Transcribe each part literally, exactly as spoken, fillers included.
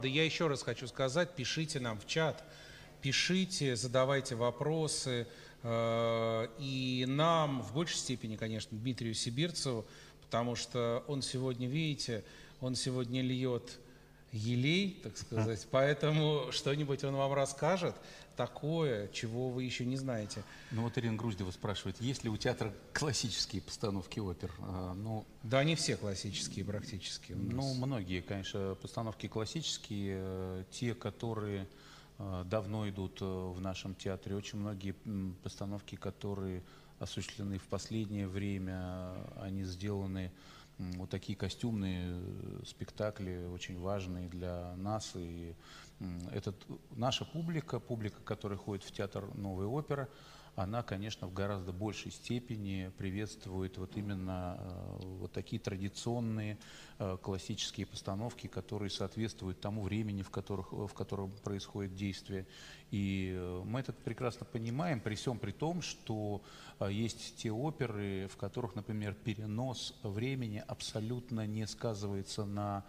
Да я еще раз хочу сказать, пишите нам в чат, пишите, задавайте вопросы. Э, и нам, в большей степени, конечно, Дмитрию Сибирцеву, потому что он сегодня, видите, он сегодня льет елей, так сказать, поэтому что-нибудь он вам расскажет такое, чего вы еще не знаете. Ну вот Ирина Груздева спрашивает, есть ли у театра классические постановки опер? А, ну, да, они все классические практически у нас. Ну, многие, конечно, постановки классические, те, которые давно идут в нашем театре, очень многие постановки, которые осуществлены в последнее время, они сделаны. Вот такие костюмные спектакли очень важные для нас. И этот, наша публика, публика, которая ходит в театр «Новая опера», она, конечно, в гораздо большей степени приветствует вот именно э, вот такие традиционные э, классические постановки, которые соответствуют тому времени, в, которых, в котором происходит действие. И э, мы это прекрасно понимаем, при всем при том, что э, есть те оперы, в которых, например, перенос времени абсолютно не сказывается на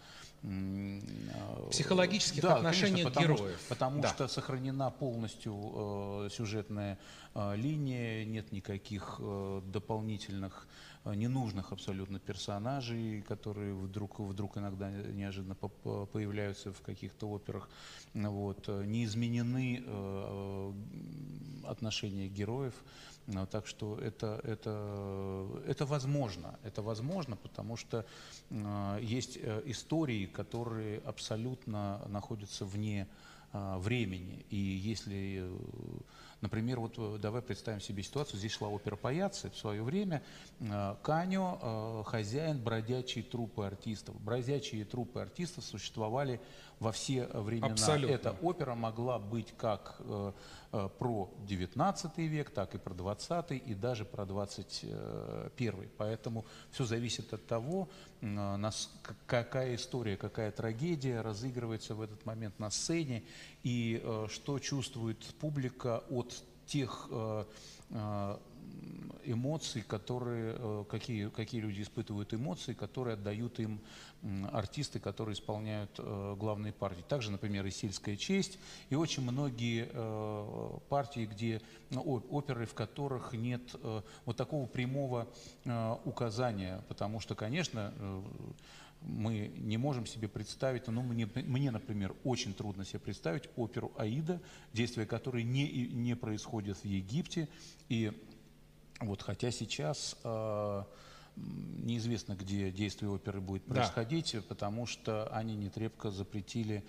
психологических да, отношениях конечно, потому героев. Что, потому да. что сохранена полностью э, сюжетная э, линия, нет никаких э, дополнительных, э, ненужных абсолютно персонажей, которые вдруг, вдруг иногда неожиданно по появляются в каких-то операх. Вот. Не изменены э, отношения героев. Так что это, это, это возможно. Это возможно, потому что э, есть истории, которые абсолютно находятся вне э, времени. И если, например, вот давай представим себе ситуацию, здесь шла опера «Паяцци» в свое время. Э, Каньо, э, хозяин бродячей труппы артистов. Бродячие труппы артистов существовали во все времена. Абсолютно. Эта опера могла быть как э, э, про девятнадцатый век, так и про двадцатый, и даже про двадцать первый. Поэтому все зависит от того, э, нас, какая история, какая трагедия разыгрывается в этот момент на сцене, и э, что чувствует публика от тех э, э, эмоций, которые, какие, какие люди испытывают эмоции, которые отдают им артисты, которые исполняют э, главные партии. Также, например, и «Сельская честь», и очень многие э, партии, где, ну, оперы, в которых нет э, вот такого прямого э, указания, потому что, конечно, э, мы не можем себе представить, ну, мне, мне, например, очень трудно себе представить оперу «Аида», действие которой не, не происходит в Египте, и вот, хотя сейчас э, неизвестно, где действие оперы будет происходить, да. Потому что Анне Нетребко запретили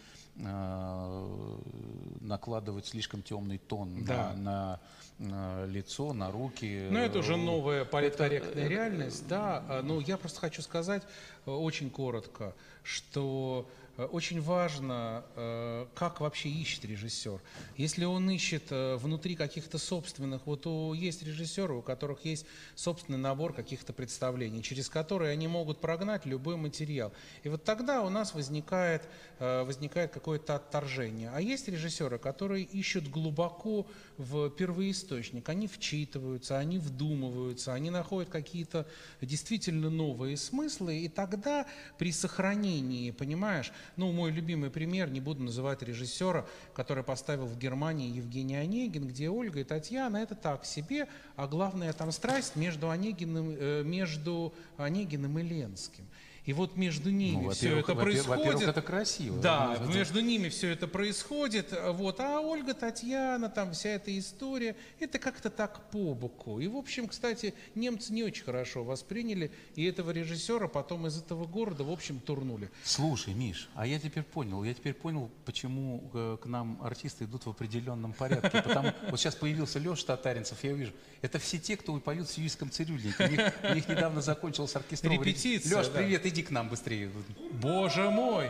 э, накладывать слишком темный тон да. на, на, на лицо, на руки. Ну, это уже новая политкорректная это, реальность, да. Но я просто хочу сказать очень коротко, что очень важно, как вообще ищет режиссер. Если он ищет внутри каких-то собственных, вот у, есть режиссеры, у которых есть собственный набор каких-то представлений, через которые они могут прогнать любой материал. И вот тогда у нас возникает, возникает какое-то отторжение. А есть режиссеры, которые ищут глубоко в первоисточник, они вчитываются, они вдумываются, они находят какие-то действительно новые смыслы, и тогда при сохранении, понимаешь, ну, мой любимый пример, не буду называть режиссера, который поставил в Германии Евгений Онегин, где Ольга и Татьяна, это так себе, а главное там страсть между Онегиным, между Онегиным и Ленским. И вот между ними ну, все это происходит. Во-первых, это красиво. Да, это... между ними все это происходит. Вот, а Ольга, Татьяна, там вся эта история, это как-то так по боку. И, в общем, кстати, немцы не очень хорошо восприняли, и этого режиссера потом из этого города, в общем, турнули. Слушай, Миш, а я теперь понял, я теперь понял, почему к нам артисты идут в определенном порядке. Потому вот сейчас появился Леша Татаринцев, я вижу, это все те, кто поют в «Сивильском цирюльнике». У них, у них недавно закончилась оркестровая репетиция. Леш, да. привет, иди к нам быстрее. Боже мой!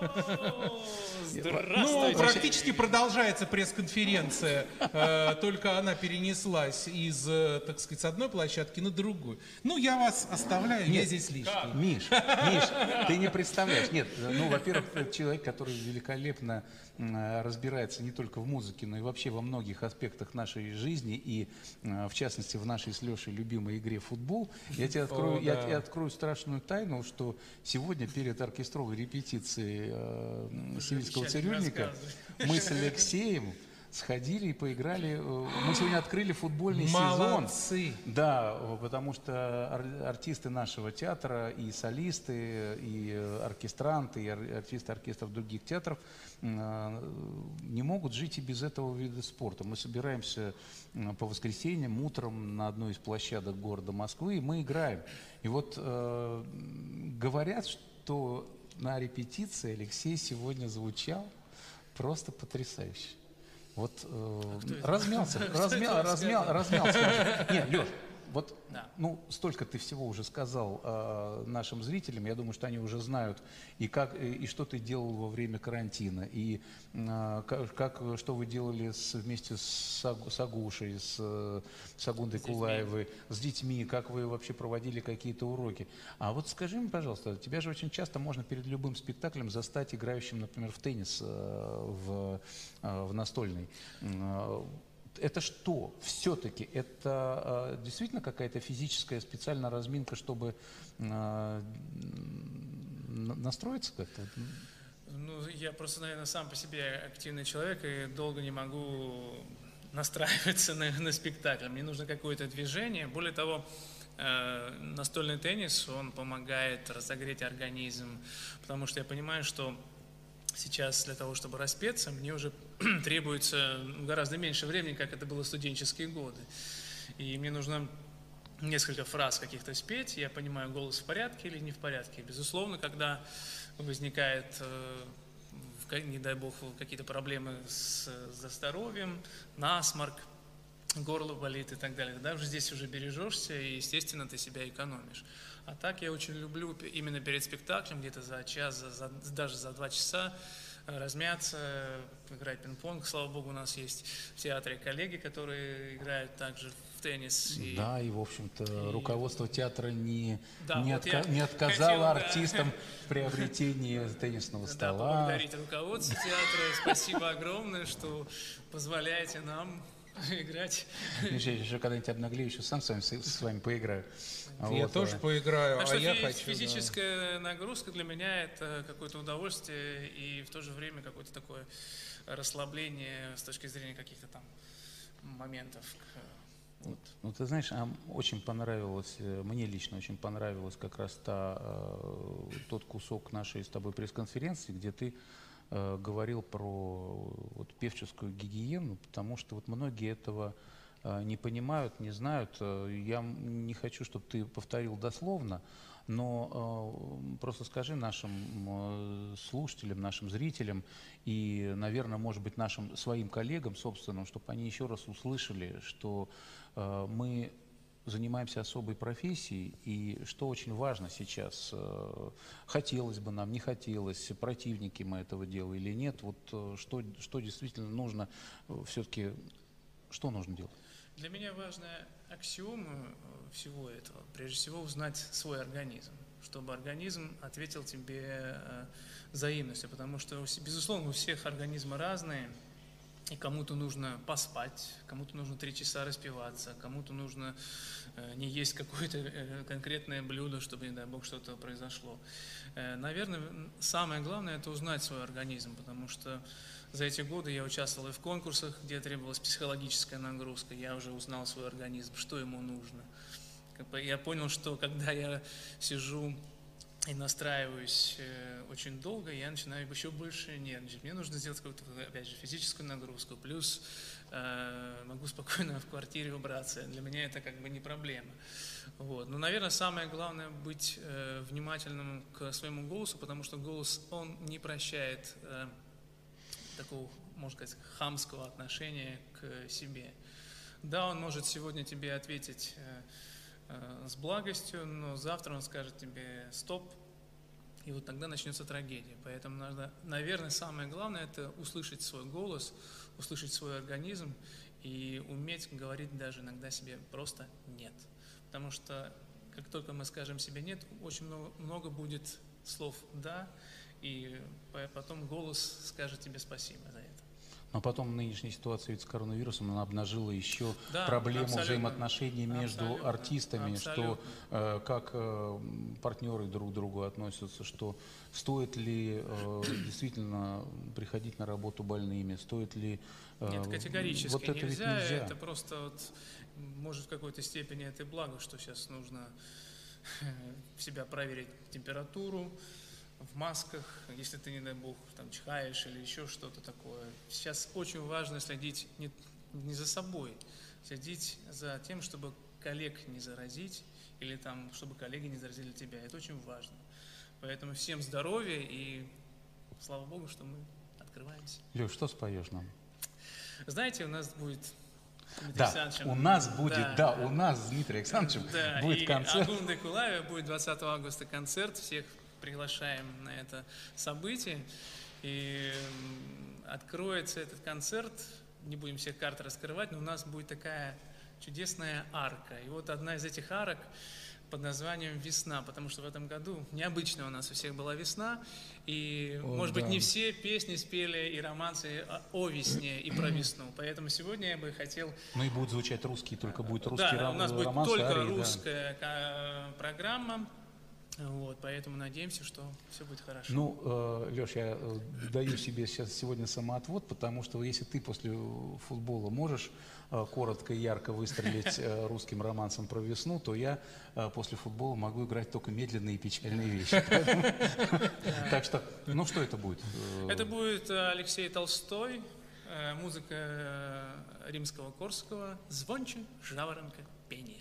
Ну, практически продолжается пресс-конференция, э, только она перенеслась из, так сказать, с одной площадки на другую. Ну, я вас оставляю, нет, я здесь лишний. Миш, Миш, ты не представляешь. Нет, ну, во-первых, человек, который великолепно разбирается не только в музыке, но и вообще во многих аспектах нашей жизни, и в частности в нашей с Лешей любимой игре «Футбол». Я тебе открою, О, да. я тебе открою страшную тайну, что сегодня перед оркестровой репетицией э, Сивильского цирюльника, мы с Алексеем сходили и поиграли. Мы сегодня открыли футбольный Молодцы. сезон. Да, потому что ар- артисты нашего театра, и солисты, и оркестранты, и ар- артисты оркестров других театров э, не могут жить и без этого вида спорта. Мы собираемся э, по воскресеньям утром на одной из площадок города Москвы, и мы играем. И вот э, говорят, что на репетиции Алексей сегодня звучал просто потрясающе. Вот э, размялся, размял, размял, размялся. Нет, Леш, вот Да. ну, столько ты всего уже сказал э, нашим зрителям, я думаю, что они уже знают, и, как, и, и что ты делал во время карантина, и э, как, как, что вы делали с, вместе с, Аг- с Агушей, с, э, с Агундой С детьми. Кулаевой, с детьми, как вы вообще проводили какие-то уроки. А вот скажи мне, пожалуйста, тебя же очень часто можно перед любым спектаклем застать играющим, например, в теннис, э, в, э, в настольный. Э, Это что? Все-таки это э, действительно какая-то физическая специальная разминка, чтобы э, н- настроиться как-то? Ну, я просто, наверное, сам по себе активный человек и долго не могу настраиваться на, на спектакль. Мне нужно какое-то движение. Более того, э, настольный теннис, он помогает разогреть организм, потому что я понимаю, что сейчас для того, чтобы распеться, мне уже требуется гораздо меньше времени, как это было в студенческие годы. И мне нужно несколько фраз каких-то спеть, я понимаю, голос в порядке или не в порядке. Безусловно, когда возникает, э, в ка- не дай бог, какие-то проблемы с, со здоровьем, насморк, горло болит и так далее, тогда уже здесь уже бережешься, и, естественно, ты себя экономишь. А так я очень люблю п- именно перед спектаклем, где-то за час, за- за- даже за два часа э, размяться, играть пинг-понг. Слава богу, у нас есть в театре коллеги, которые играют также в теннис. И Да, и, в общем-то, и- руководство театра не, Да, не, вот отка- я не отказало хотел, да. артистам в приобретении теннисного Да, стола. поблагодарить руководство театра. Спасибо огромное, что позволяете нам играть. Миша, я еще когда-нибудь обнаглею, еще сам с вами, с вами поиграю. Я Вот, тоже а. поиграю, Так а что я фи- хочу... да. физическая нагрузка для меня это какое-то удовольствие и в то же время какое-то такое расслабление с точки зрения каких-то там моментов. Вот. Ну, ты знаешь, а очень понравилось, э, мне лично очень понравилось как раз та, э, тот кусок нашей с тобой пресс-конференции, где ты э, говорил про вот, певческую гигиену, потому что вот многие этого э, не понимают, не знают. Э, Я м- не хочу, чтобы ты повторил дословно, но э, просто скажи нашим э, слушателям, нашим зрителям и, наверное, может быть, нашим своим коллегам собственным, чтобы они еще раз услышали, что э, мы занимаемся особой профессией, и что очень важно сейчас, э, хотелось бы нам, не хотелось, противники мы этого дела или нет, вот э, что, что действительно нужно, э, все-таки, что нужно делать? Для меня важная аксиома э, всего этого, прежде всего, узнать свой организм, чтобы организм ответил тебе э, взаимностью, потому что, у с- безусловно, у всех организмы разные, и кому-то нужно поспать, кому-то нужно три часа распиваться, кому-то нужно э, не есть какое-то э, конкретное блюдо, чтобы, не дай бог, что-то произошло. Э, наверное, м, самое главное – это узнать свой организм, потому что за эти годы я участвовал и в конкурсах, где требовалась психологическая нагрузка, я уже узнал свой организм, что ему нужно. Как бы я понял, что когда я сижу и настраиваюсь э, очень долго, я начинаю еще больше нервничать. Мне нужно сделать какую-то, опять же, физическую нагрузку, плюс э, могу спокойно в квартире убраться. Для меня это как бы не проблема. Вот. Но, наверное, самое главное быть э, внимательным к своему голосу, потому что голос, он не прощает э, такого, можно сказать, хамского отношения к себе. Да, он может сегодня тебе ответить э, э, с благостью, но завтра он скажет тебе стоп, и вот тогда начнется трагедия. Поэтому надо, наверное, самое главное – это услышать свой голос, услышать свой организм и уметь говорить даже иногда себе просто «нет». Потому что как только мы скажем себе «нет», очень много, много будет слов «да», и по- потом голос скажет тебе спасибо за это. Но потом нынешняя ситуация ведь с коронавирусом, она обнажила еще Да, проблему абсолютно. взаимоотношений между Абсолютно. артистами, Абсолютно. что э, как э, партнеры друг к другу относятся, что стоит ли э, действительно приходить на работу больными, стоит ли... Э, Нет, категорически вот это ведь нельзя. нельзя. Это просто, вот, может, в какой-то степени это и благо, что сейчас нужно в себя проверить температуру, в масках, если ты, не дай бог, там чихаешь или еще что-то такое. Сейчас очень важно следить не, не за собой, следить за тем, чтобы коллег не заразить, или там, чтобы коллеги не заразили тебя. Это очень важно. Поэтому всем здоровья и слава богу, что мы открываемся. Леш, что споешь нам? Знаете, у нас будет... Да, у нас будет, да. да, у нас с Дмитрием Александровичем да, будет и концерт. Агунда Кулаева будет двадцатого августа концерт, всех приглашаем на это событие. И откроется этот концерт, не будем всех карт раскрывать, но у нас будет такая чудесная арка. И вот одна из этих арок под названием «Весна», потому что в этом году необычно у нас у всех была весна, и, О, может да. быть, не все песни спели и романсы о весне и про весну, поэтому сегодня я бы хотел... Ну и будут звучать русские, только будет русский да, ром... у нас будет романс, только арии, русская да. программа, вот, поэтому надеемся, что все будет хорошо. Ну, э, Леш, я э, даю себе сейчас сегодня самоотвод, потому что если ты после футбола можешь э, коротко и ярко выстрелить э, русским романсом про весну, то я э, после футбола могу играть только медленные и печальные вещи. Так что, ну что это будет? Это будет Алексей Толстой, музыка Римского-Корского, «Звонче жаворонка пение».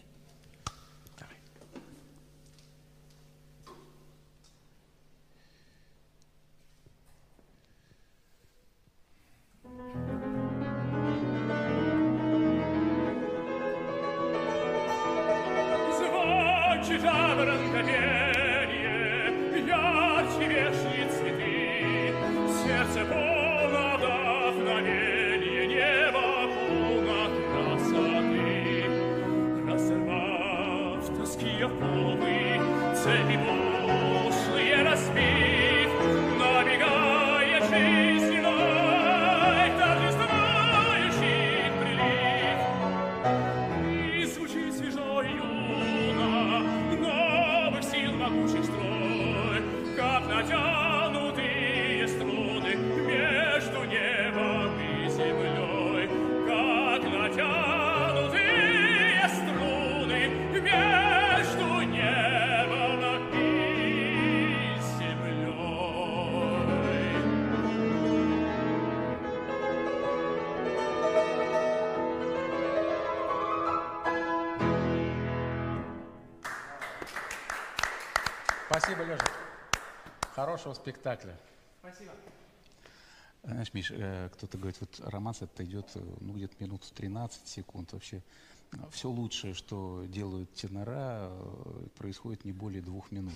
Звонче жаворонка пение, ярче вешние цветы, сердце полно вдохновенья, небо полно красоты. Разорвав тоски оковы, цепи пошлые разбив, набегает жизненной, торжествующий прилив. И звучит свежо и юно новых сил могучих строй, как натянутые струны между небом и землей, как натянутые струны между небом и землей. Спасибо, Леша. Хорошего спектакля. Спасибо. Знаешь, Миш, э, кто-то говорит, вот романс это идет, э, ну, где-то минут тринадцать секунд. Вообще, все лучшее, что делают тенора, э, происходит не более двух минут.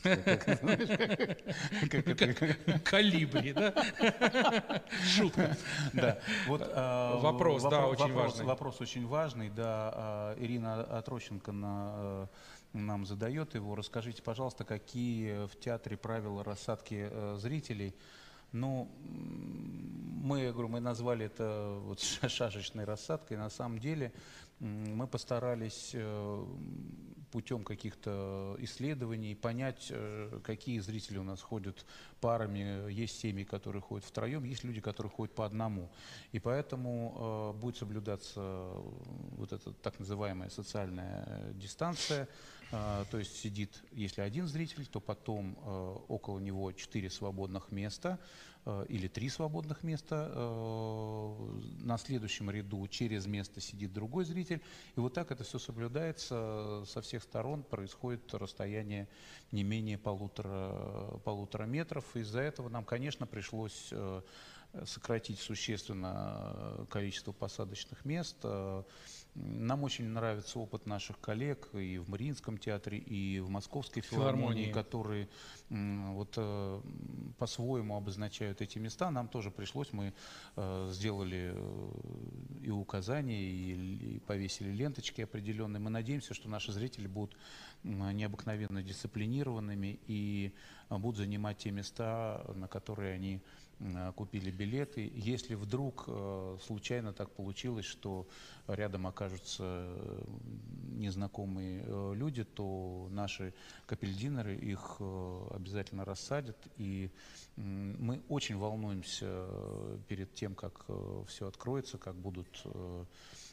Колибри, да? Шутка. Да. Вот, э, Вопрос, да, вопро- очень вопрос- важный. Вопрос очень важный, да. э, Ирина Отрощенко на, э, нам задает его. Расскажите, пожалуйста, какие в театре правила рассадки э, зрителей? Ну, м, мы, я говорю, мы назвали это вот ша- шашечной рассадкой. На самом деле м, мы постарались э, путем каких-то исследований понять, э, какие зрители у нас ходят парами. Есть семьи, которые ходят втроем, есть люди, которые ходят по одному. И поэтому э, будет соблюдаться э, вот эта так называемая социальная дистанция. Э, то есть сидит, если один зритель, то потом э, около него четыре свободных места э, или три свободных места. Э, на следующем ряду через место сидит другой зритель. И вот так это все соблюдается. Со всех сторон происходит расстояние не менее полутора, полутора метров. Из-за этого нам, конечно, пришлось э, сократить существенно количество посадочных мест. Э, Нам очень нравится опыт наших коллег и в Мариинском театре, и в Московской филармонии, Филармонии. которые м, вот, э, по-своему обозначают эти места. Нам тоже пришлось, мы э, сделали э, и указания, и, и повесили ленточки определенные. Мы надеемся, что наши зрители будут м, необыкновенно дисциплинированными и э, будут занимать те места, на которые они э, купили билеты. Если вдруг э, случайно так получилось, что рядом окажутся э, незнакомые э, люди, то наши капельдинеры их э, обязательно рассадят. И э, мы очень волнуемся э, перед тем, как э, все откроется, как будут э,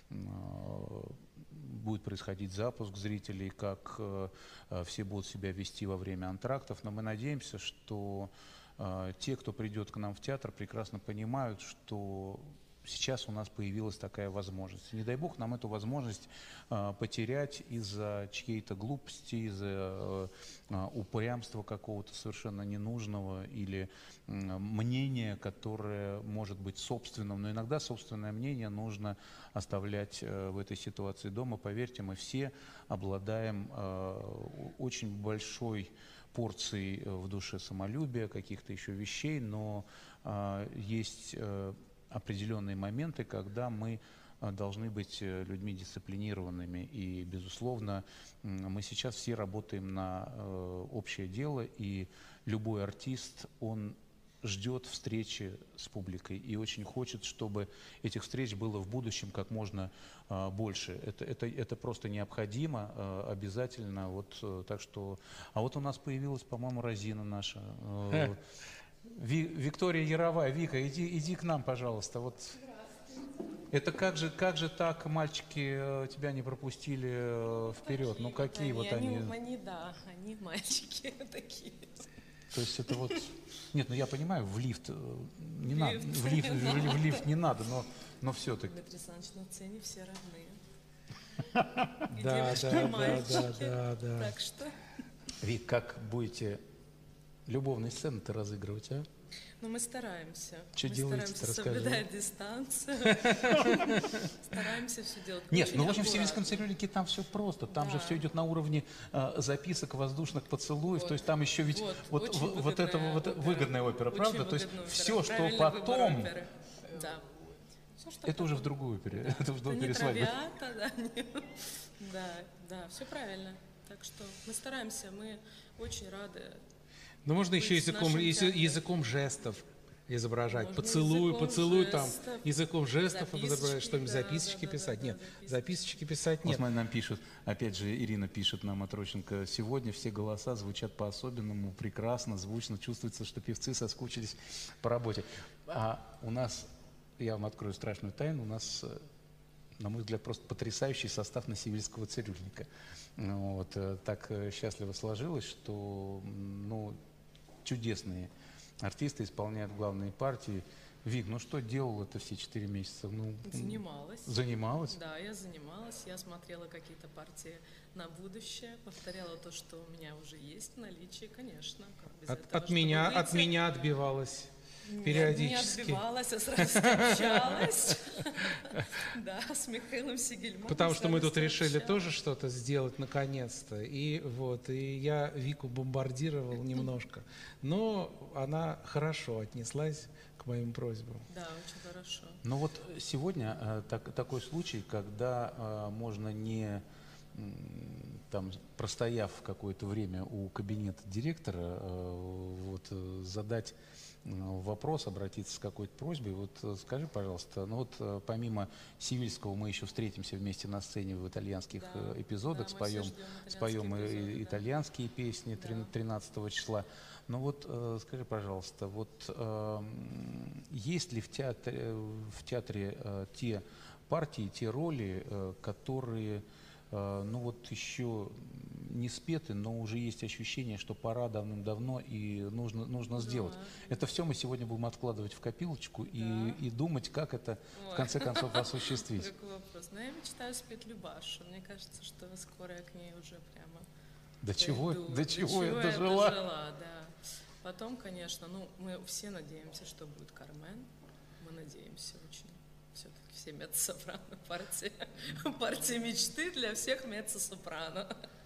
будет происходить запуск зрителей, как э, все будут себя вести во время антрактов. Но мы надеемся, что э, те, кто придет к нам в театр, прекрасно понимают, что сейчас у нас появилась такая возможность. Не дай бог нам эту возможность э, потерять из-за чьей-то глупости, из-за э, упрямства какого-то совершенно ненужного или э, мнения, которое может быть собственным. Но иногда собственное мнение нужно оставлять э, в этой ситуации дома. Поверьте, мы все обладаем э, очень большой порцией в душе самолюбия, каких-то еще вещей, но э, есть э, определенные моменты, когда мы должны быть людьми дисциплинированными. И, безусловно, мы сейчас все работаем на э, общее дело, и любой артист, он ждет встречи с публикой и очень хочет, чтобы этих встреч было в будущем как можно э, больше. Это, это, это просто необходимо, э, обязательно. Вот, э, так что... А вот у нас появилась, по-моему, Розина наша. Э, Ви, Виктория Яровая. Вика, иди, иди к нам, пожалуйста. Вот. Это как же, как же так, мальчики, тебя не пропустили вперед? Ну какие они, вот они? они? Они, да, они мальчики такие. То есть это вот... Нет, ну я понимаю, в лифт не надо, Лифт в лифт, не в, надо. в лифт не надо, но, но все-таки. Дмитрий Александрович, на сцене все родные. И Да, девочки, да, и да, мальчики. да, да, да. Так что... Вик, как будете любовные сцены-то разыгрывать, а? Ну, мы стараемся. Что мы делаете-то, стараемся расскажи. соблюдать дистанцию. Стараемся все делать Нет, очень ну в общем в аккуратно. Севильском цирюльнике там все просто, там Да. же все идет на уровне э, записок, воздушных поцелуев, Вот, то есть там еще ведь вот, вот, очень в- вот это выгодная вот опера. выгодная опера, Очень правда? То есть выгодная опера. все, что Правильный выбор потом, оперы. Да. Всё, что это уже в потом. другую опере, это в Это не опере свадьбы. травята, да, не- да, да, все правильно. Так что мы стараемся, мы очень рады. Ну, можно быть еще в языком, нашем язы- театре. языком жестов изображать. Можно Поцелуй, языком поцелуй там, жестов, языком жестов записочки, изображать, что-нибудь, да, записочки да, да, писать. да, Нет, записочки. записочки писать Вот нет. смотри, нам пишут, опять же, Ирина пишет нам, Отрощенко, сегодня все голоса звучат по-особенному, прекрасно, звучно, чувствуется, что певцы соскучились по работе. А у нас, я вам открою страшную тайну, у нас, э, на мой взгляд, просто потрясающий состав на Севильского цирюльника. Ну, вот, э, так э, счастливо сложилось, что, м, ну, чудесные артисты исполняют главные партии. Вик, ну что делала это все четыре месяца? Ну, Занималась. занималась? Да, я занималась, я смотрела какие-то партии на будущее, повторяла то, что у меня уже есть в наличии, конечно. как без От, этого, от чтобы меня, от выйти. меня отбивалась Нет, периодически. не отбивалась, а сразу общалась. Да, с Михаилом Сигельманом. Потому что мы тут сразу решили общалась. тоже что-то сделать наконец-то. И вот, и я Вику бомбардировал немножко. Но она хорошо отнеслась к моим просьбам. Да, очень хорошо. Ну вот сегодня э, так- такой случай, когда э, можно не м, там, простояв какое-то время у кабинета директора, э, вот, э, задать э, вопрос, обратиться с какой-то просьбой. Вот э, скажи, пожалуйста, ну вот э, помимо Сивильского мы еще встретимся вместе на сцене в итальянских Да, э, эпизодах, да, мы споем, все ждем споем итальянские и- эпизоды, да. итальянские песни Да. тринадцатого числа. Ну вот э, скажи, пожалуйста, вот э, м, есть ли в театре, в театре э, те партии, те роли, э, которые, э, ну вот еще не спеты, но уже есть ощущение, что пора давным-давно и нужно, нужно сделать. Да. Это все мы сегодня будем откладывать в копилочку и, Да. и думать, как это в Ой. конце концов осуществить. Какой вопрос. Ну, я мечтаю спеть Любашу. Мне кажется, что скоро я к ней уже прямо До чего, дойду. до чего я я дожила? дожила, да. Потом, конечно, ну, мы все надеемся, что будет Кармен. Мы надеемся очень. Все-таки все меццо-сопрано партия. Партия мечты для всех меццо-сопрано.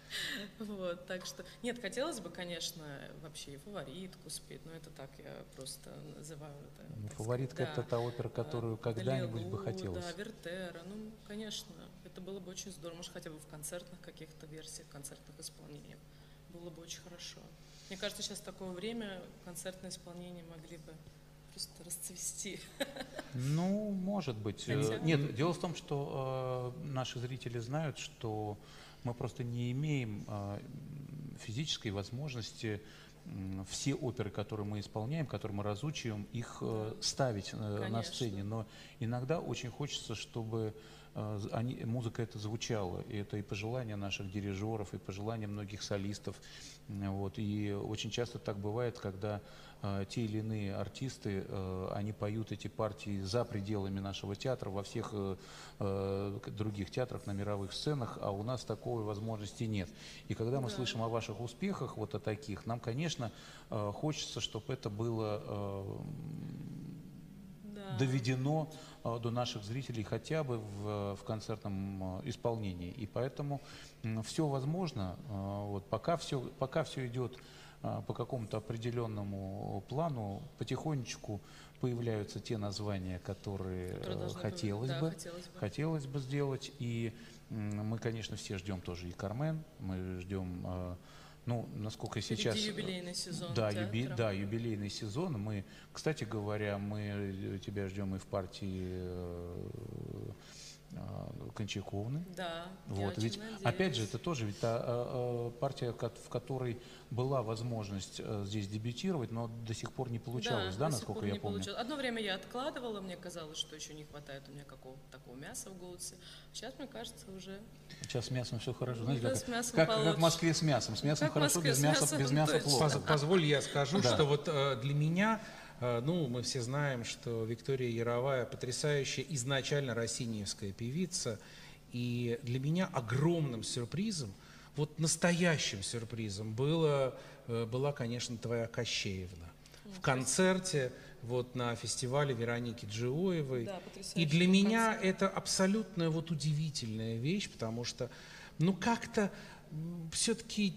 Вот, так что... Нет, хотелось бы, конечно, вообще и фаворитку спеть, но это так я просто называю это. Ну, так «Фаворитка» сказать, это да. та опера, которую А, когда-нибудь бы Лилу, хотелось. Да, Вертера. Ну, конечно, это было бы очень здорово. Может, хотя бы в концертных каких-то версиях, концертных исполнениях. Было бы очень хорошо. Мне кажется, сейчас такое время концертное исполнение могли бы просто расцвести. Ну, может быть. Хотя- Нет, дело в том, что э, наши зрители знают, что мы просто не имеем э, физической возможности м, все оперы, которые мы исполняем, которые мы разучиваем, их э, ставить э, на Конечно. сцене. Но иногда очень хочется, чтобы э, з- они, музыка эта звучала. И это и пожелания наших дирижеров, и пожелания многих солистов. М, Вот. И очень часто так бывает, когда э, те или иные артисты, э, они поют эти партии за пределами нашего театра, во всех э, э, к- других театрах, на мировых сценах, а у нас такой возможности нет. И когда мы Да. слышим о ваших успехах, вот о таких, нам, конечно, э, хочется, чтобы это было э, Да. доведено э, до наших зрителей хотя бы в, в концертном э, исполнении. И поэтому все возможно. Э, вот, пока все, пока все идет э, по какому-то определенному плану, потихонечку появляются те названия, которые Которые э, должны хотелось, быть. Да, бы, хотелось бы. хотелось бы сделать. И м, мы, конечно, все ждем тоже и «Кармен», мы ждем, э, ну, насколько Впереди сейчас... юбилейный сезон Да, юби- театра. да, юбилейный сезон. Мы, кстати говоря, мы тебя ждем и в партии э, э, Кончаковны. Да, я Вот, очень ведь, надеюсь. опять же, это тоже ведь та э, э, партия, ко- в которой была возможность э, здесь дебютировать, но до сих пор не получалось, да, до сих насколько пор я не помню? получилось. Одно время я откладывала, мне казалось, что еще не хватает у меня какого-то такого мяса в голосе. Сейчас, мне кажется, уже... Сейчас с мясом все хорошо. Знаете, Да, как, с мясом как, как получше. в Москве с мясом. С мясом Как в хорошо, Москве без с мяса, мясом, без мяса точно. плохо. Поз- Позволь, я скажу, Да. что вот э, для меня, э, ну, мы все знаем, что Виктория Яровая потрясающая изначально россиниевская певица, и для меня огромным сюрпризом, вот настоящим сюрпризом было, э, была, конечно, твоя Кощеевна в концерте вот на фестивале Вероники Джиоевой. Да, потрясающий И для был меня концерт. это абсолютно вот удивительная вещь, потому что, ну, как-то все-таки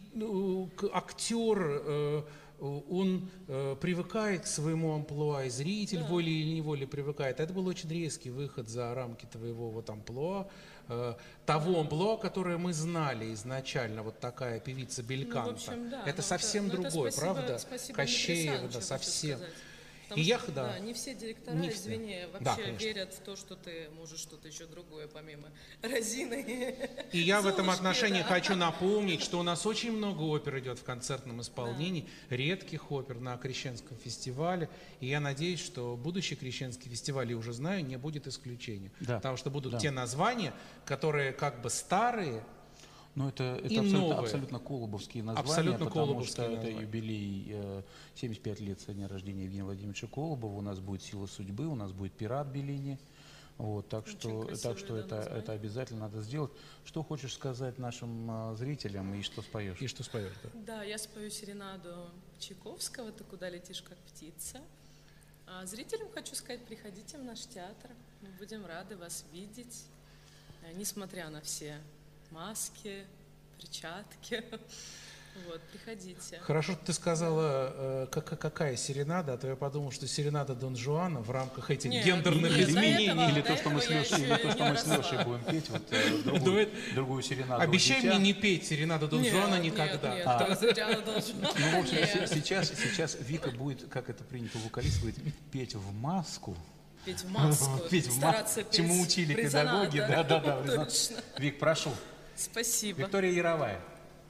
актер, э, он э, привыкает к своему амплуа, и зритель Да. волей или неволей привыкает. Это был очень резкий выход за рамки твоего вот амплуа, э, того амплуа, которое мы знали изначально, вот такая певица Бельканто. Ну, в общем, да, это ну, совсем ну, это другое, спасибо- правда? спасибо Кощеева, Дмитрию да, Александровичу, совсем. я хочу сказать. Потому И я, что, да. не все директора, Не все. извини, Да, вообще конечно. верят в то, что ты можешь что-то еще другое, помимо Розины. И я в этом Золушки, отношении да. хочу напомнить, что у нас очень много опер идет в концертном исполнении, редких опер на Крещенском фестивале. И я надеюсь, что будущий Крещенский фестиваль, я уже знаю, не будет исключением. Да. Потому что будут Да. те названия, которые как бы старые. Ну, это, это И абсолютно, новые. абсолютно колобовские названия, Абсолютно потому колобовские что это названия. юбилей э, семьдесят пять лет со дня рождения Евгения Владимировича Колобова, у нас будет «Сила судьбы», у нас будет «Пират Беллини». Вот, так Очень что, красивые, так что да, это, названия. это обязательно надо сделать. Что хочешь сказать нашим э, зрителям и что споешь? И что споешь, да? Да, я спою серенаду Чайковского «Ты куда летишь, как птица». А зрителям хочу сказать, приходите в наш театр, мы будем рады вас видеть, э, несмотря на все маски, перчатки. Вот, приходите. Хорошо, что ты сказала, э, как- какая серенада, а то я подумал, что серенада Дон Жуана в рамках этих Нет, гендерных нет, до изменений. этого- Или до то, что мы с этого я Лешей, еще или то, не что мы с доросла. Лешей будем петь, вот, э, другую, Давай. другую серенаду. Обещай «Дитя». мне не петь серенада Дон Нет, Жуана нет, никогда. нет, А. то есть Диана Дон Жуан. Ну, в общем, Нет. се- сейчас, сейчас Вика будет, как это принято у вокалиста, говорить, петь в маску. Петь в маску, Петь в стараться маску, петь чему учили в педагоги. резонатор. Да, да, да. в резонатор. Точно. Вик, прошу. Спасибо. Виктория Яровая.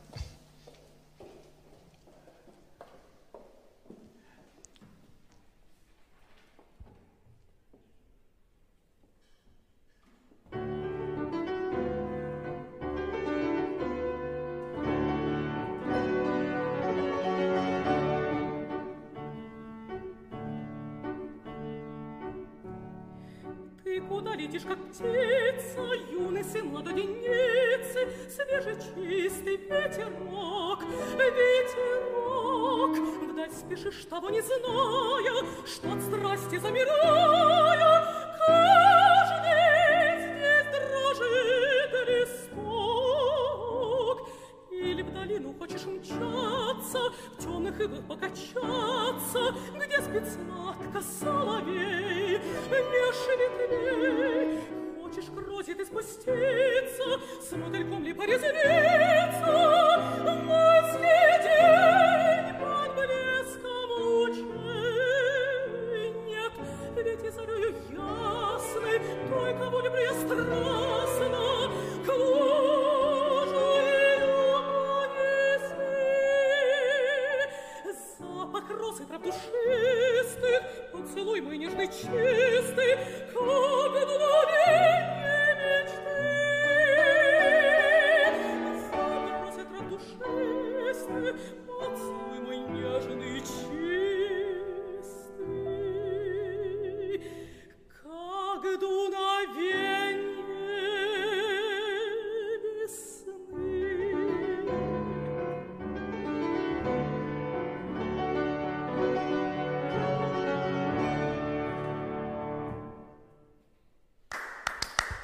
Ты куда летишь, как птица, юный сын младоденицы, свежий чистый ветерок, ветерок. Вдаль спешишь, того не зная, что от страсти замирая, каждый здесь дрожит листок. Или в долину хочешь мчаться, в темных иглах покачаться, где спит сладко соловей меж ветвей. Хочешь к розе ты спуститься, с мотыльком ли порезвиться, мысли день под блеском лучей. Не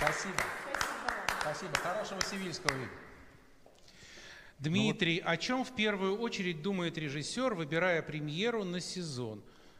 Спасибо. Спасибо. Хорошего Севильского вида. Дмитрий, о чем в первую очередь думает режиссер, выбирая премьеру на сезон?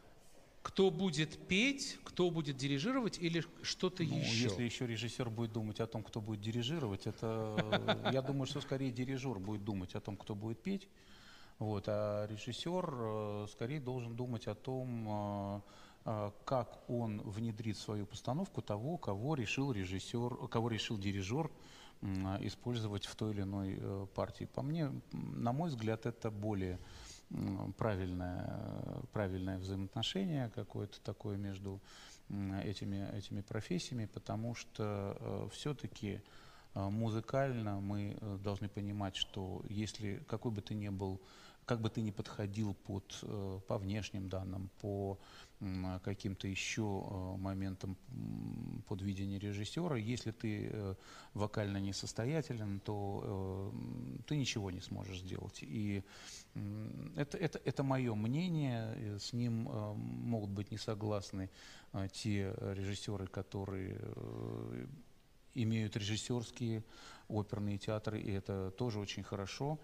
Кто будет петь, кто будет дирижировать или что-то Ну, еще? если еще режиссер будет думать о том, кто будет дирижировать, это, я думаю, что скорее дирижер будет думать о том, кто будет петь, вот, а режиссер э, скорее должен думать о том, э, э, как он внедрит в свою постановку того, кого решил режиссер, кого решил дирижер э, использовать в той или иной э, партии. По мне, на мой взгляд, это более правильное, правильное взаимоотношение какое-то такое между этими, этими профессиями, потому что э, все-таки э, музыкально мы э, должны понимать, что если какой бы ты ни был, как бы ты ни подходил под, э, по внешним данным, по э, каким-то еще э, моментам э, под видение режиссера, если ты э, вокально несостоятелен, то э, ты ничего не сможешь сделать. И э, это, это, это мое мнение, с ним э, могут быть не согласны э, те режиссеры, которые э, имеют режиссерские оперные театры, и это тоже очень хорошо,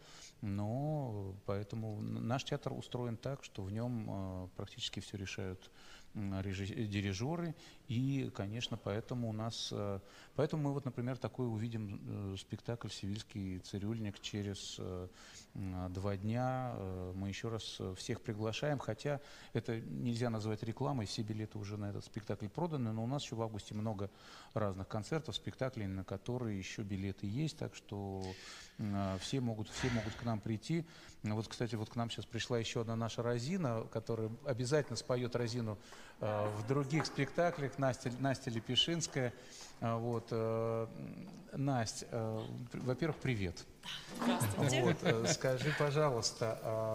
но поэтому наш театр устроен так, что в нем э, практически все решают э, дирижеры, и, конечно, поэтому у нас, э, поэтому мы вот, например, такой увидим э, спектакль «Севильский цирюльник» через э, э, два дня, э, мы еще раз всех приглашаем, хотя это нельзя назвать рекламой, все билеты уже на этот спектакль проданы, но у нас еще в августе много разных концертов, спектаклей, на которые еще билеты есть, так что э, все могут, все могут к нам прийти. Вот, кстати, вот к нам сейчас пришла еще одна наша Розина, которая обязательно споет Розину э, в других спектаклях, Настя, Настя Лепешинская. Э, вот, э, Настя, э, во-первых, привет. Здравствуйте. Вот, э, скажи, пожалуйста, э,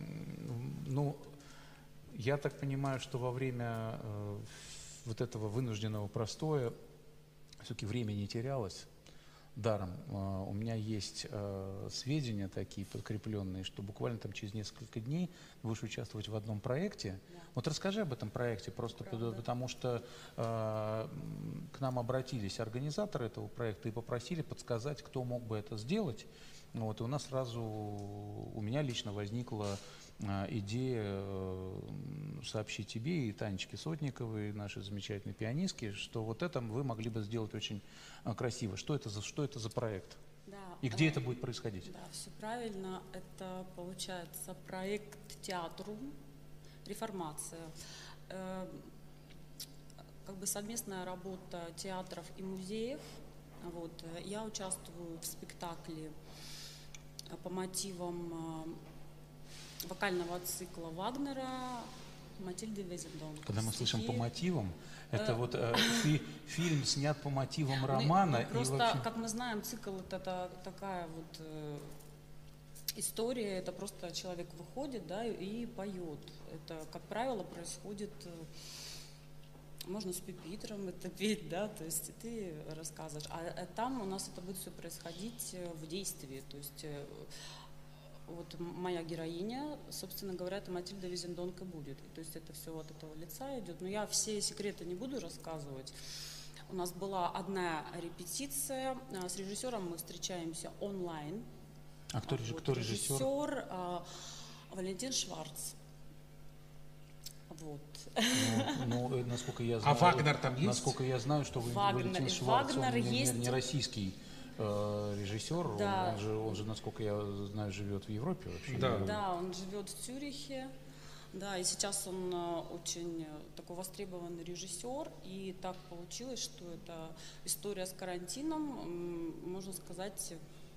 ну, я так понимаю, что во время э, вот этого вынужденного простоя все-таки время не терялось даром. Uh, у меня есть uh, сведения такие подкрепленные, что буквально там через несколько дней будешь участвовать в одном проекте. Да. Вот расскажи об этом проекте, просто потому, потому что uh, к нам обратились организаторы этого проекта и попросили подсказать, кто мог бы это сделать. Вот, и у нас сразу, у меня лично возникла идея сообщить тебе и Танечке Сотниковой, нашей замечательной пианистке, что вот это вы могли бы сделать очень красиво. Что это за, что это за проект? Да, и где э, это будет происходить? Да, все правильно. Это получается проект театру «Реформация». Э, как бы совместная работа театров и музеев. Вот, я участвую в спектакле по мотивам вокального цикла Вагнера «Матильда Везендонк». Когда мы Стихи... слышим по мотивам, это э... вот э, фи, фильм снят по мотивам романа. Ну, просто, и вообще... как мы знаем, цикл это, это такая вот э, история, это просто человек выходит, да, и, и поет. Это, как правило, происходит, э, можно с пюпитром это петь, да, то есть ты рассказываешь. А, а там у нас это будет все происходить в действии, то есть э, вот моя героиня, собственно говоря, это Матильда Везендонк и будет. И, то есть это все от этого лица идет. Но я все секреты не буду рассказывать. У нас была одна репетиция. С режиссером мы встречаемся онлайн. А кто, вот, кто режиссер? Режиссер а, Валентин Шварц. Вот. Ну, ну, насколько я знаю, а Вагнер там есть? Насколько я знаю, что Вагнер, Валентин Шварц, Вагнер он не, есть... не, не российский режиссер, да. он, он, же, он же, насколько я знаю, живет в Европе вообще. Да, да, он живет в Цюрихе, да, и сейчас он очень такой востребованный режиссер, и так получилось, что эта история с карантином, можно сказать,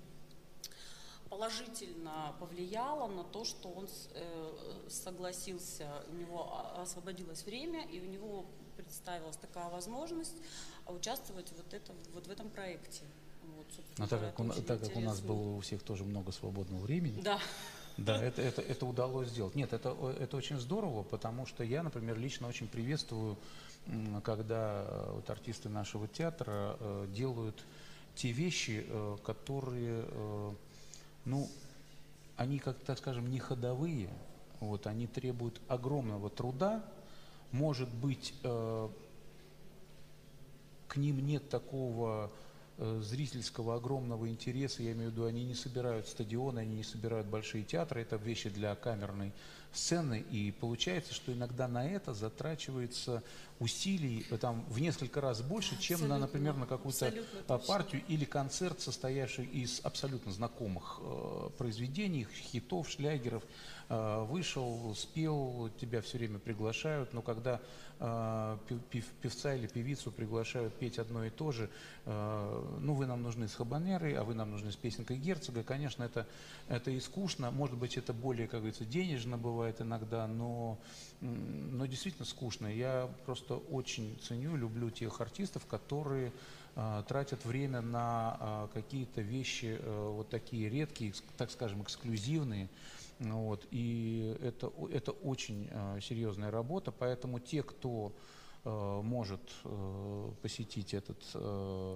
положительно повлияла на то, что он согласился, у него освободилось время, и у него представилась такая возможность участвовать вот, это, вот в этом проекте. Вот, Но так как, у, так как у нас было у всех тоже много свободного времени, да, да, это, это, это удалось сделать. Нет, это, это очень здорово, потому что я, например, лично очень приветствую, когда вот артисты нашего театра э, делают те вещи, э, которые, э, ну, они, как так скажем, не ходовые, вот, они требуют огромного труда, может быть, э, к ним нет такого зрительского огромного интереса, я имею в виду, они не собирают стадионы, они не собирают большие театры, это вещи для камерной сцены, и получается, что иногда на это затрачивается усилий там, в несколько раз больше, чем, на, например, на какую-то партию или концерт, состоявший из абсолютно знакомых э, произведений, хитов, шлягеров. Э, вышел, спел, тебя все время приглашают, но когда э, пев, певца или певицу приглашают петь одно и то же, э, ну, вы нам нужны с хабанерой, а вы нам нужны с песенкой Герцога, конечно, это, это и скучно, может быть, это более, как говорится, денежно бывает иногда, но, но действительно скучно. Я просто очень ценю, люблю тех артистов, которые э, тратят время на э, какие-то вещи э, вот такие редкие, так скажем, эксклюзивные. Вот, и это, это очень э, серьезная работа, поэтому те, кто э, может э, посетить этот э,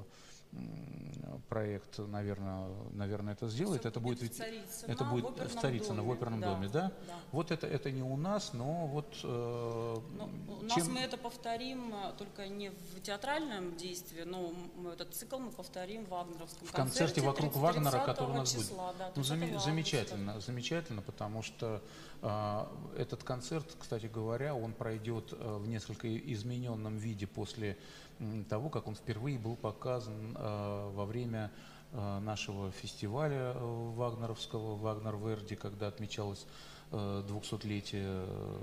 проект, наверное, наверное, это сделает. Всё это будет будет, в Царицыно, это будет в оперном в Царицыно, в доме. оперном Да, доме, да? да. Вот это, это не у нас, но вот э, Ну, у нас чем... мы это повторим а, только не в театральном действии, но мы этот цикл мы повторим в Вагнеровском в концерте вокруг Вагнера, который у нас будет. Числа, да, Ну, заме- августа. замечательно, замечательно, потому что э, этот концерт, кстати говоря, он пройдет э, в несколько измененном виде после э, того, как он впервые был показан э, во время э, нашего фестиваля э, вагнеровского, Вагнер-Верди, когда отмечалось э, двухсотлетие э,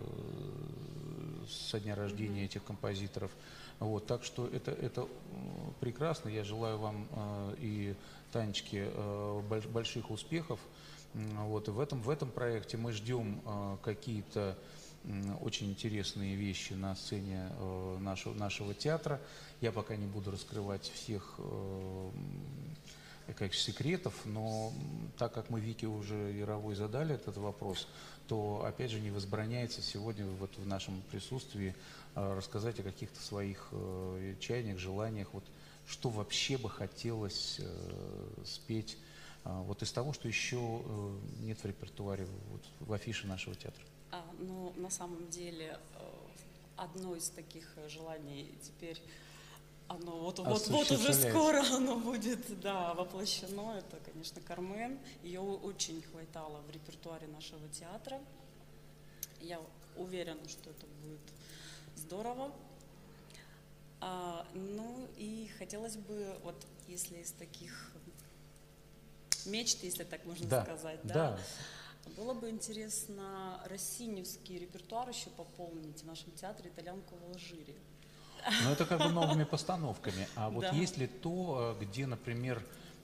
со дня рождения mm-hmm. этих композиторов. Вот, так что это, это прекрасно. Я желаю вам э, и Танечке э, больш, больших успехов. Вот, и в этом, в этом проекте мы ждем э, какие-то э, очень интересные вещи на сцене э, нашего, нашего театра. Я пока не буду раскрывать всех э, как секретов, но так как мы Вике уже Яровой задали этот вопрос, то опять же не возбраняется сегодня вот в нашем присутствии э, рассказать о каких-то своих э, чаяниях, желаниях, вот, что вообще бы хотелось э, спеть э, вот из того, что еще э, нет в репертуаре, вот, в афише нашего театра. А, ну, на самом деле, э, одно из таких желаний теперь, оно вот, вот, вот уже скоро оно будет, да, воплощено. Это, конечно, Кармен. Ее очень хватало в репертуаре нашего театра. Я уверена, что это будет здорово. А, ну и хотелось бы, вот если из таких мечт, если так можно да, сказать, да, да, было бы интересно россиневский репертуар еще пополнить в нашем театре «Итальянку в Алжире». Но это как бы новыми постановками. А вот Да. есть ли то, где, например,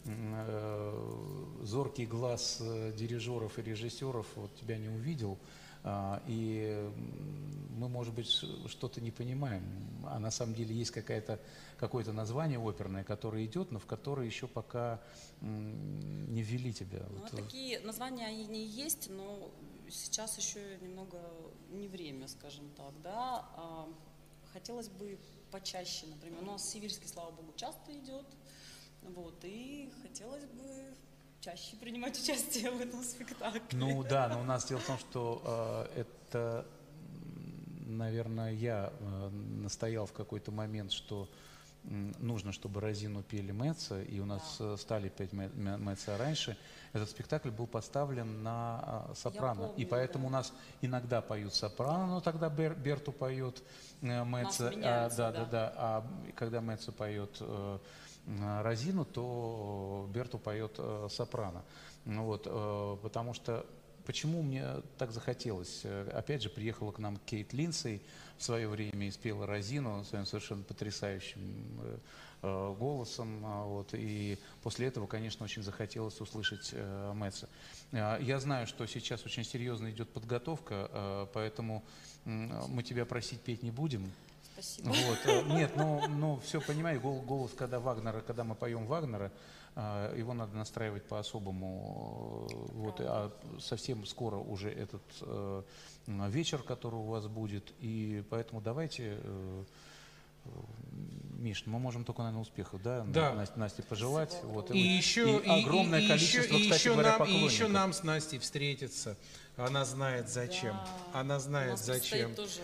зоркий глаз дирижеров и режиссеров вот тебя не увидел, и мы, может быть, что-то не понимаем, а на самом деле есть какая-то, какое-то название оперное, которое идет, но в которое еще пока не ввели тебя. Ну, вот. Такие названия они есть, но сейчас еще немного не время, скажем так, да. Хотелось бы почаще, например, у нас сибирский, слава богу, часто идет, вот, и хотелось бы чаще принимать участие в этом спектакле. Ну да, но у нас дело в том, что э, это, наверное, я э, настоял в какой-то момент, что э, нужно, чтобы Розину пели Меца, и у нас да. стали петь Меца раньше. Этот спектакль был поставлен на э, сопрано, помню, и поэтому да. у нас иногда поют сопрано, но тогда Бер, Берту поет э, Меца, а, да, да, да, да, а когда Меца поет э, Розину, то Берту поет э, сопрано. Ну, вот, э, потому что почему мне так захотелось? Опять же, приехала к нам Кейт Линдсей в свое время и спела Розину своим совершенно потрясающим э, голосом. Вот, и после этого, конечно, очень захотелось услышать э, Меца. Я знаю, что сейчас очень серьезно идет подготовка, э, поэтому э, мы тебя просить петь не будем. Спасибо. Вот. Нет, ну, ну все, понимаю, голос, голос, когда Вагнера, когда мы поем Вагнера, его надо настраивать по-особому. Вот, а совсем скоро уже этот э, вечер, который у вас будет, и поэтому давайте, э, Миш, мы можем только, наверное, успехов, да, да. Насте, Насте пожелать. Вот, и, и, еще, и огромное и, количество, и, кстати еще говоря, нам, поклонников. И еще нам с Настей встретиться. Она знает зачем. Да. Она знает У нас зачем. тоже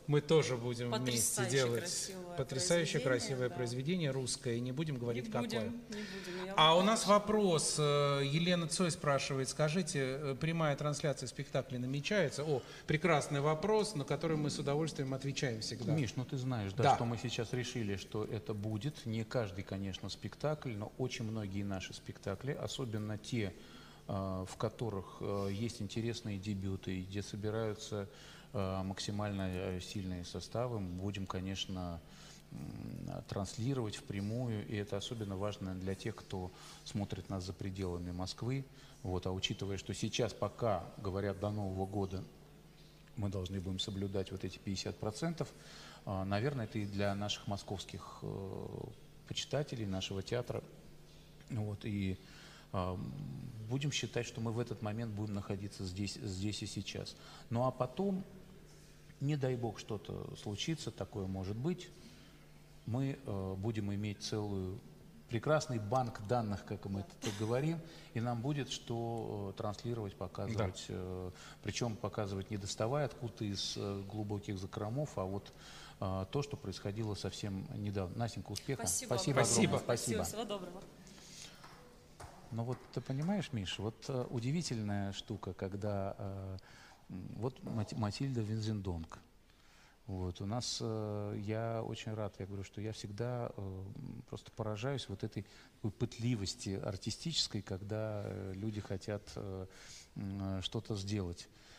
мы тоже будем вместе Потрясающе делать красивое потрясающее произведение, красивое да. произведение русское, и не будем говорить не какое. будем, не будем. Я А вот у нас очень- вопрос. э, Елена Цой спрашивает, скажите, э, прямая трансляция спектакля намечается? О, прекрасный вопрос, на который мы с удовольствием отвечаем всегда. Миш, ну ты знаешь, да, Да. что мы сейчас решили, что это будет. Не каждый, конечно, спектакль, но очень многие наши спектакли, особенно те, э, в которых э, есть интересные дебюты, где собираются э, максимально э, сильные составы, мы будем, конечно, м, транслировать впрямую, и это особенно важно для тех, кто смотрит нас за пределами Москвы. Вот, а учитывая, что сейчас пока, говорят, до Нового года мы должны будем соблюдать вот эти пятьдесят процентов, а, наверное, это и для наших московских э, почитателей, нашего театра. Вот, и а, будем считать, что мы в этот момент будем находиться здесь, здесь и сейчас. Ну а потом, не дай бог что-то случится, такое может быть, мы э, будем иметь целую прекрасный банк данных, как мы это говорим, и нам будет что э, транслировать, показывать, э, причем показывать не доставая откуда-то из э, глубоких закромов, а вот э, то, что происходило совсем недавно. Настенька, успеха. Спасибо. Спасибо. огромное. Спасибо. Всего доброго. Но вот ты понимаешь, Миш, вот э, удивительная штука, когда э, м, вот Мати- Матильда Винзендонг. Вот, у нас, э, я очень рад, я говорю, что я всегда э, м, просто поражаюсь вот этой такой пытливости артистической, когда э, люди хотят э, м, э, что-то сделать.